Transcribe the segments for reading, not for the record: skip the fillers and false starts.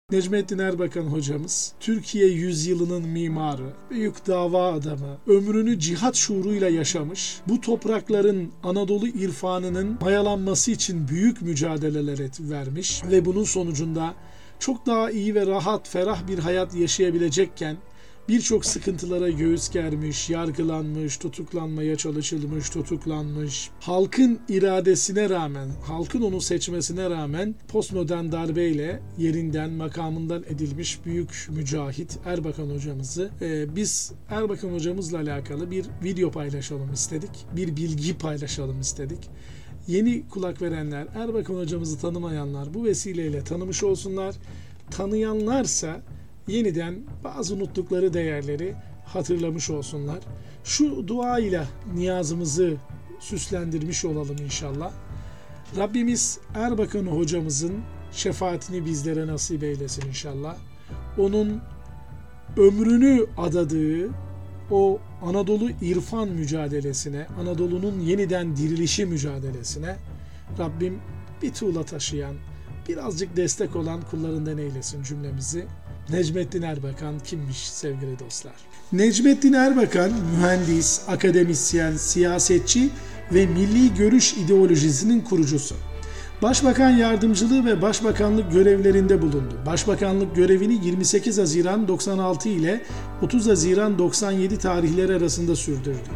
Necmettin Erbakan hocamız, Türkiye yüzyılının mimarı, büyük dava adamı, ömrünü cihat şuuruyla yaşamış, bu toprakların Anadolu irfanının mayalanması için büyük mücadeleler vermiş ve bunun sonucunda çok daha iyi ve rahat, ferah bir hayat yaşayabilecekken birçok sıkıntılara göğüs germiş, yargılanmış, tutuklanmaya çalışılmış, tutuklanmış. Halkın iradesine rağmen, halkın onu seçmesine rağmen postmodern darbeyle yerinden, makamından edilmiş büyük mücahit Erbakan hocamızı biz Erbakan hocamızla alakalı bir video paylaşalım istedik. Bir bilgi paylaşalım istedik. Yeni kulak verenler, Erbakan hocamızı tanımayanlar bu vesileyle tanımış olsunlar. Tanıyanlarsa yeniden bazı unuttukları değerleri hatırlamış olsunlar. Şu dua ile niyazımızı süslendirmiş olalım inşallah. Rabbimiz Erbakan hocamızın şefaatini bizlere nasip eylesin inşallah. Onun ömrünü adadığı o Anadolu irfan mücadelesine, Anadolu'nun yeniden dirilişi mücadelesine Rabbim bir tuğla taşıyan, birazcık destek olan kullarından eylesin cümlemizi. Necmettin Erbakan kimmiş sevgili dostlar? Necmettin Erbakan mühendis, akademisyen, siyasetçi ve milli görüş ideolojisinin kurucusu. Başbakan yardımcılığı ve başbakanlık görevlerinde bulundu. Başbakanlık görevini 28 Haziran 96 ile 30 Haziran 97 tarihleri arasında sürdürdü.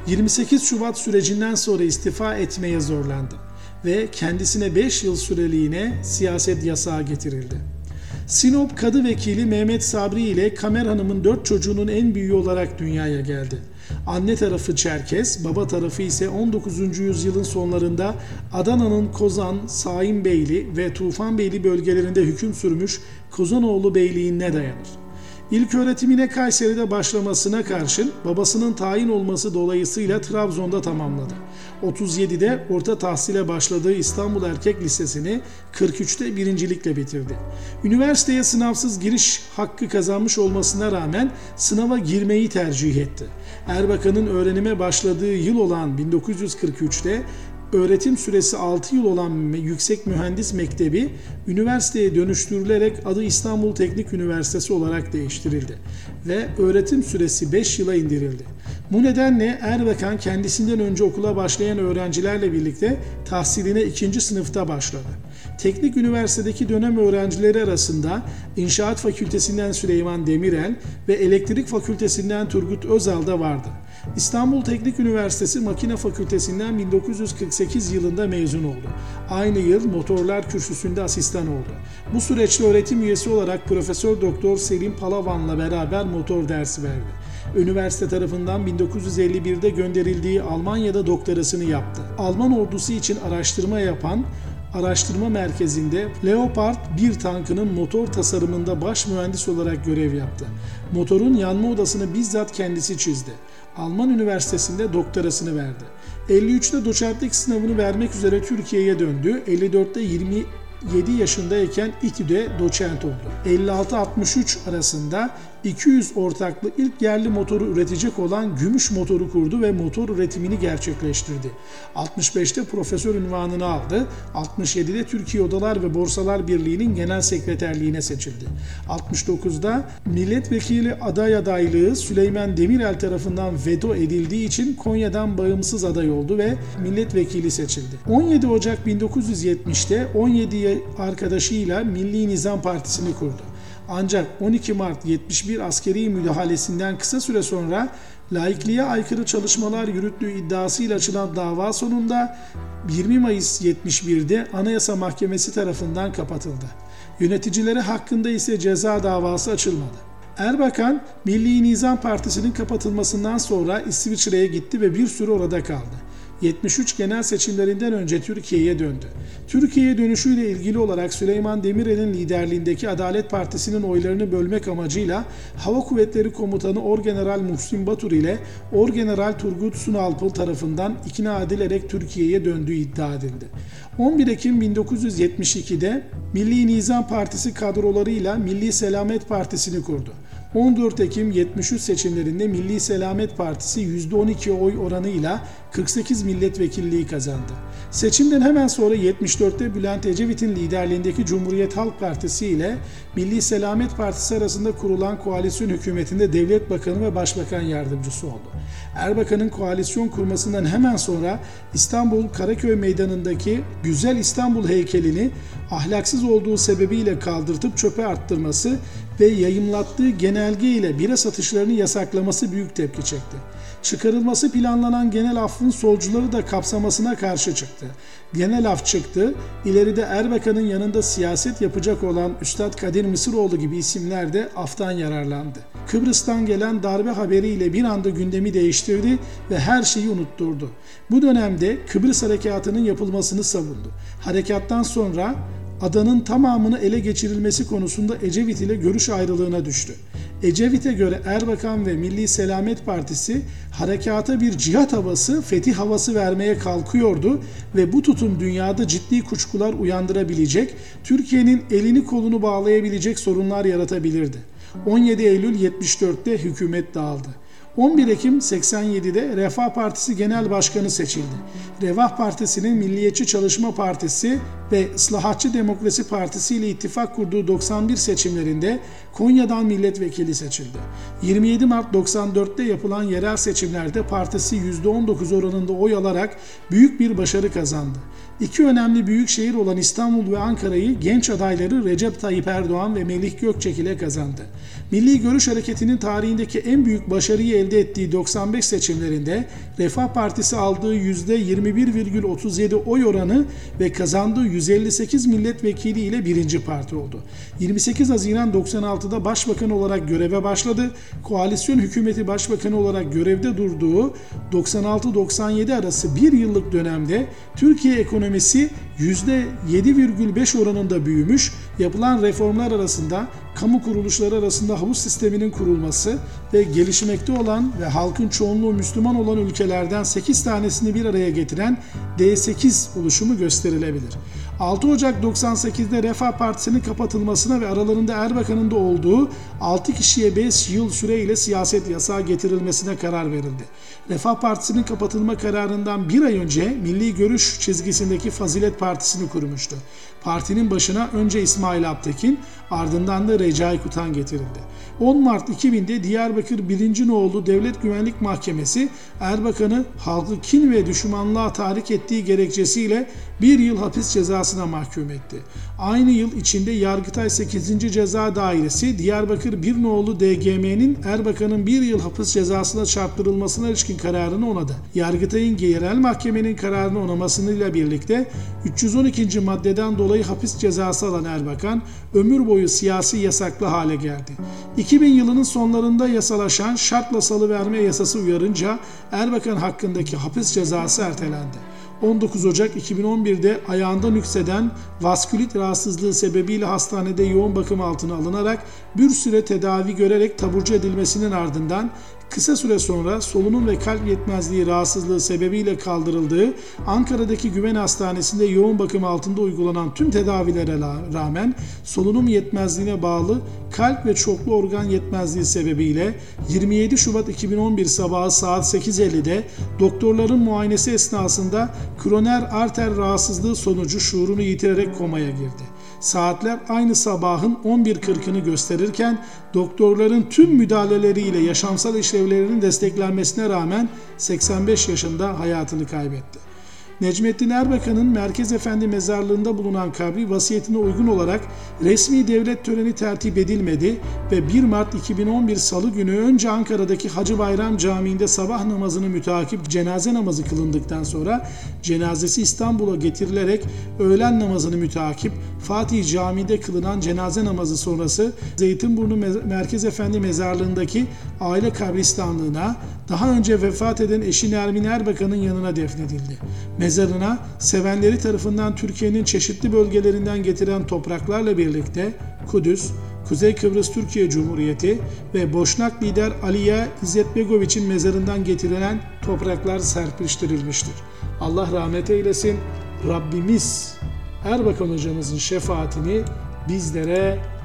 28 Şubat sürecinden sonra istifa etmeye zorlandı ve kendisine 5 yıl süreliğine siyaset yasağı getirildi. Sinop Kadı Vekili Mehmet Sabri ile Kamer Hanım'ın 4 çocuğunun en büyüğü olarak dünyaya geldi. Anne tarafı Çerkes, baba tarafı ise 19. yüzyılın sonlarında Adana'nın Kozan, Saimbeyli ve Tufanbeyli bölgelerinde hüküm sürmüş Kozanoğlu Beyliğine dayanır. İlköğretimine Kayseri'de başlamasına karşın babasının tayin olması dolayısıyla Trabzon'da tamamladı. 37'de orta tahsile başladığı İstanbul Erkek Lisesi'ni 43'te birincilikle bitirdi. Üniversiteye sınavsız giriş hakkı kazanmış olmasına rağmen sınava girmeyi tercih etti. Erbakan'ın öğrenime başladığı yıl olan 1943'te öğretim süresi 6 yıl olan Yüksek Mühendis Mektebi üniversiteye dönüştürülerek adı İstanbul Teknik Üniversitesi olarak değiştirildi ve öğretim süresi 5 yıla indirildi. Bu nedenle Erbakan kendisinden önce okula başlayan öğrencilerle birlikte tahsiline 2. sınıfta başladı. Teknik Üniversitedeki dönem öğrencileri arasında İnşaat Fakültesinden Süleyman Demirel ve Elektrik Fakültesinden Turgut Özal da vardı. İstanbul Teknik Üniversitesi Makine Fakültesinden 1948 yılında mezun oldu. Aynı yıl motorlar kürsüsünde asistan oldu. Bu süreçte öğretim üyesi olarak Profesör Doktor Selim Palavan'la beraber motor dersi verdi. Üniversite tarafından 1951'de gönderildiği Almanya'da doktorasını yaptı. Alman ordusu için araştırma yapan Araştırma Merkezi'nde Leopard 1 tankının motor tasarımında baş mühendis olarak görev yaptı. Motorun yanma odasını bizzat kendisi çizdi. Alman Üniversitesi'nde doktorasını verdi. 53'te doçentlik sınavını vermek üzere Türkiye'ye döndü. 54'te 27 yaşındayken İTÜ'de doçent oldu. 56-63 arasında 200 ortaklı ilk yerli motoru üretecek olan Gümüş Motor'u kurdu ve motor üretimini gerçekleştirdi. 65'te profesör unvanını aldı. 67'de Türkiye Odalar ve Borsalar Birliği'nin genel sekreterliğine seçildi. 69'da milletvekili adaylığı Süleyman Demirel tarafından veto edildiği için Konya'dan bağımsız aday oldu ve milletvekili seçildi. 17 Ocak 1970'te 17 arkadaşıyla Milli Nizam Partisi'ni kurdu. Ancak 12 Mart 71 askeri müdahalesinden kısa süre sonra laikliğe aykırı çalışmalar yürüttüğü iddiasıyla açılan dava sonunda 20 Mayıs 71'de Anayasa Mahkemesi tarafından kapatıldı. Yöneticileri hakkında ise ceza davası açılmadı. Erbakan, Milli Nizam Partisi'nin kapatılmasından sonra İsviçre'ye gitti ve bir süre orada kaldı. 73 genel seçimlerinden önce Türkiye'ye döndü. Türkiye'ye dönüşüyle ilgili olarak Süleyman Demirel'in liderliğindeki Adalet Partisi'nin oylarını bölmek amacıyla Hava Kuvvetleri Komutanı Orgeneral Muhsin Batur ile Orgeneral Turgut Sunalpıl tarafından ikna edilerek Türkiye'ye döndüğü iddia edildi. 11 Ekim 1972'de Milli Nizam Partisi kadrolarıyla Milli Selamet Partisi'ni kurdu. 14 Ekim 73 seçimlerinde Milli Selamet Partisi %12 oy oranıyla 48 milletvekilliği kazandı. Seçimden hemen sonra 74'te Bülent Ecevit'in liderliğindeki Cumhuriyet Halk Partisi ile Milli Selamet Partisi arasında kurulan koalisyon hükümetinde devlet bakanı ve başbakan yardımcısı oldu. Erbakan'ın koalisyon kurmasından hemen sonra İstanbul Karaköy Meydanı'ndaki Güzel İstanbul heykelini ahlaksız olduğu sebebiyle kaldırtıp çöpe attırması ve yayımlattığı genelge ile bira satışlarını yasaklaması büyük tepki çekti. Çıkarılması planlanan genel affın solcuları da kapsamasına karşı çıktı. Genel af çıktı, ileride Erbakan'ın yanında siyaset yapacak olan Üstad Kadir Mısıroğlu gibi isimler de aftan yararlandı. Kıbrıs'tan gelen darbe haberiyle bir anda gündemi değiştirdi ve her şeyi unutturdu. Bu dönemde Kıbrıs Harekatı'nın yapılmasını savundu. Harekattan sonra adanın tamamını ele geçirilmesi konusunda Ecevit ile görüş ayrılığına düştü. Ecevit'e göre Erbakan ve Milli Selamet Partisi harekata bir cihat havası, fetih havası vermeye kalkıyordu ve bu tutum dünyada ciddi kuşkular uyandırabilecek, Türkiye'nin elini kolunu bağlayabilecek sorunlar yaratabilirdi. 17 Eylül 74'te hükümet dağıldı. 11 Ekim 87'de Refah Partisi Genel Başkanı seçildi. Refah Partisi'nin Milliyetçi Çalışma Partisi ve Islahatçı Demokrasi Partisi ile ittifak kurduğu 91 seçimlerinde Konya'dan milletvekili seçildi. 27 Mart 94'te yapılan yerel seçimlerde partisi %19 oranında oy alarak büyük bir başarı kazandı. İki önemli büyük şehir olan İstanbul ve Ankara'yı genç adayları Recep Tayyip Erdoğan ve Melih Gökçek ile kazandı. Milli Görüş Hareketi'nin tarihindeki en büyük başarıyı elde ettiği 95 seçimlerinde Refah Partisi aldığı %21,37 oy oranı ve kazandığı 158 milletvekili ile birinci parti oldu. 28 Haziran 96'da başbakan olarak göreve başladı. Koalisyon hükümeti başbakanı olarak görevde durduğu 96-97 arası bir yıllık dönemde Türkiye ekonomisi %7,5 oranında büyümüş, yapılan reformlar arasında kamu kuruluşları arasında havuz sisteminin kurulması ve gelişmekte olan ve halkın çoğunluğu Müslüman olan ülkelerden 8 tanesini bir araya getiren D8 oluşumu gösterilebilir. 6 Ocak 98'de Refah Partisi'nin kapatılmasına ve aralarında Erbakan'ın da olduğu 6 kişiye 5 yıl süreyle siyaset yasağı getirilmesine karar verildi. Refah Partisi'nin kapatılma kararından bir ay önce Milli Görüş çizgisindeki Fazilet Partisi'ni kurmuştu. Partinin başına önce İsmail Aptekin, ardından da Recai Kutan getirildi. 10 Mart 2000'de Diyarbakır 1. Noğlu Devlet Güvenlik Mahkemesi Erbakan'ı halkı kin ve düşmanlığa tahrik ettiği gerekçesiyle 1 yıl hapis cezasına mahkum etti. Aynı yıl içinde Yargıtay 8. Ceza Dairesi Diyarbakır 1 Noğlu DGM'nin Erbakan'ın 1 yıl hapis cezasına çarptırılmasına ilişkin kararını onadı. Yargıtay'ın yerel mahkemenin kararını onamasıyla birlikte 312. maddeden dolayı hapis cezası alan Erbakan ömür boyu siyasi yasaklı hale geldi. 2000 yılının sonlarında yasalaşan şartla salıverme yasası uyarınca Erbakan hakkındaki hapis cezası ertelendi. 19 Ocak 2011'de ayağında nükseden vaskülit rahatsızlığı sebebiyle hastanede yoğun bakım altına alınarak bir süre tedavi görerek taburcu edilmesinin ardından kısa süre sonra solunum ve kalp yetmezliği rahatsızlığı sebebiyle kaldırıldığı Ankara'daki Güven Hastanesi'nde yoğun bakım altında uygulanan tüm tedavilere rağmen solunum yetmezliğine bağlı kalp ve çoklu organ yetmezliği sebebiyle 27 Şubat 2011 sabahı saat 8.50'de doktorların muayenesi esnasında koroner arter rahatsızlığı sonucu şuurunu yitirerek komaya girdi. Saatler aynı sabahın 11.40'ını gösterirken doktorların tüm müdahaleleriyle yaşamsal işlevlerinin desteklenmesine rağmen 85 yaşında hayatını kaybetti. Necmettin Erbakan'ın Merkez Efendi mezarlığında bulunan kabri vasiyetine uygun olarak resmi devlet töreni tertip edilmedi ve 1 Mart 2011 Salı günü önce Ankara'daki Hacı Bayram Camii'nde sabah namazını müteakip cenaze namazı kılındıktan sonra cenazesi İstanbul'a getirilerek öğlen namazını müteakip Fatih Camii'de kılınan cenaze namazı sonrası Zeytinburnu Merkez Efendi mezarlığındaki aile kabristanlığına daha önce vefat eden eşi Nermin Erbakan'ın yanına defnedildi. Mezarına sevenleri tarafından Türkiye'nin çeşitli bölgelerinden getiren topraklarla birlikte Kudüs, Kuzey Kıbrıs Türkiye Cumhuriyeti ve Boşnak lider Aliya İzzetbegoviç'in mezarından getirilen topraklar serpiştirilmiştir. Allah rahmet eylesin. Rabbimiz Erbakan hocamızın şefaatini bizlere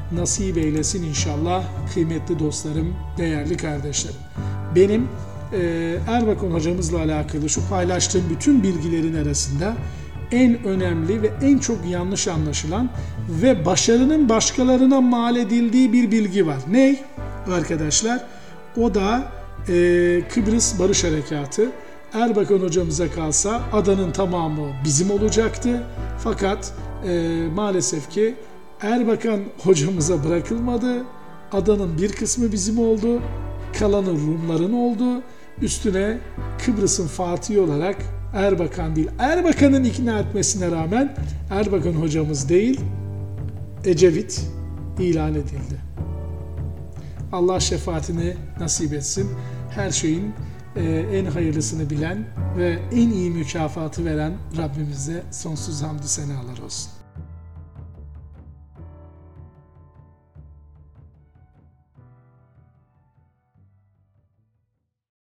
nasip eylesin inşallah kıymetli dostlarım, değerli kardeşlerim. Benim Erbakan hocamızla alakalı şu paylaştığım bütün bilgilerin arasında en önemli ve en çok yanlış anlaşılan ve başarının başkalarına mal edildiği bir bilgi var. Ne arkadaşlar? O da Kıbrıs Barış Harekatı. Erbakan hocamıza kalsa adanın tamamı bizim olacaktı. Fakat maalesef ki Erbakan hocamıza bırakılmadı. Adanın bir kısmı bizim oldu. Kalanı Rumların oldu. Üstüne Kıbrıs'ın fatihi olarak Erbakan değil, Erbakan'ın ikna etmesine rağmen Erbakan hocamız değil, Ecevit ilan edildi. Allah şefaatini nasip etsin. Her şeyin en hayırlısını bilen ve en iyi mükafatı veren Rabbimize sonsuz hamdü senalar olsun.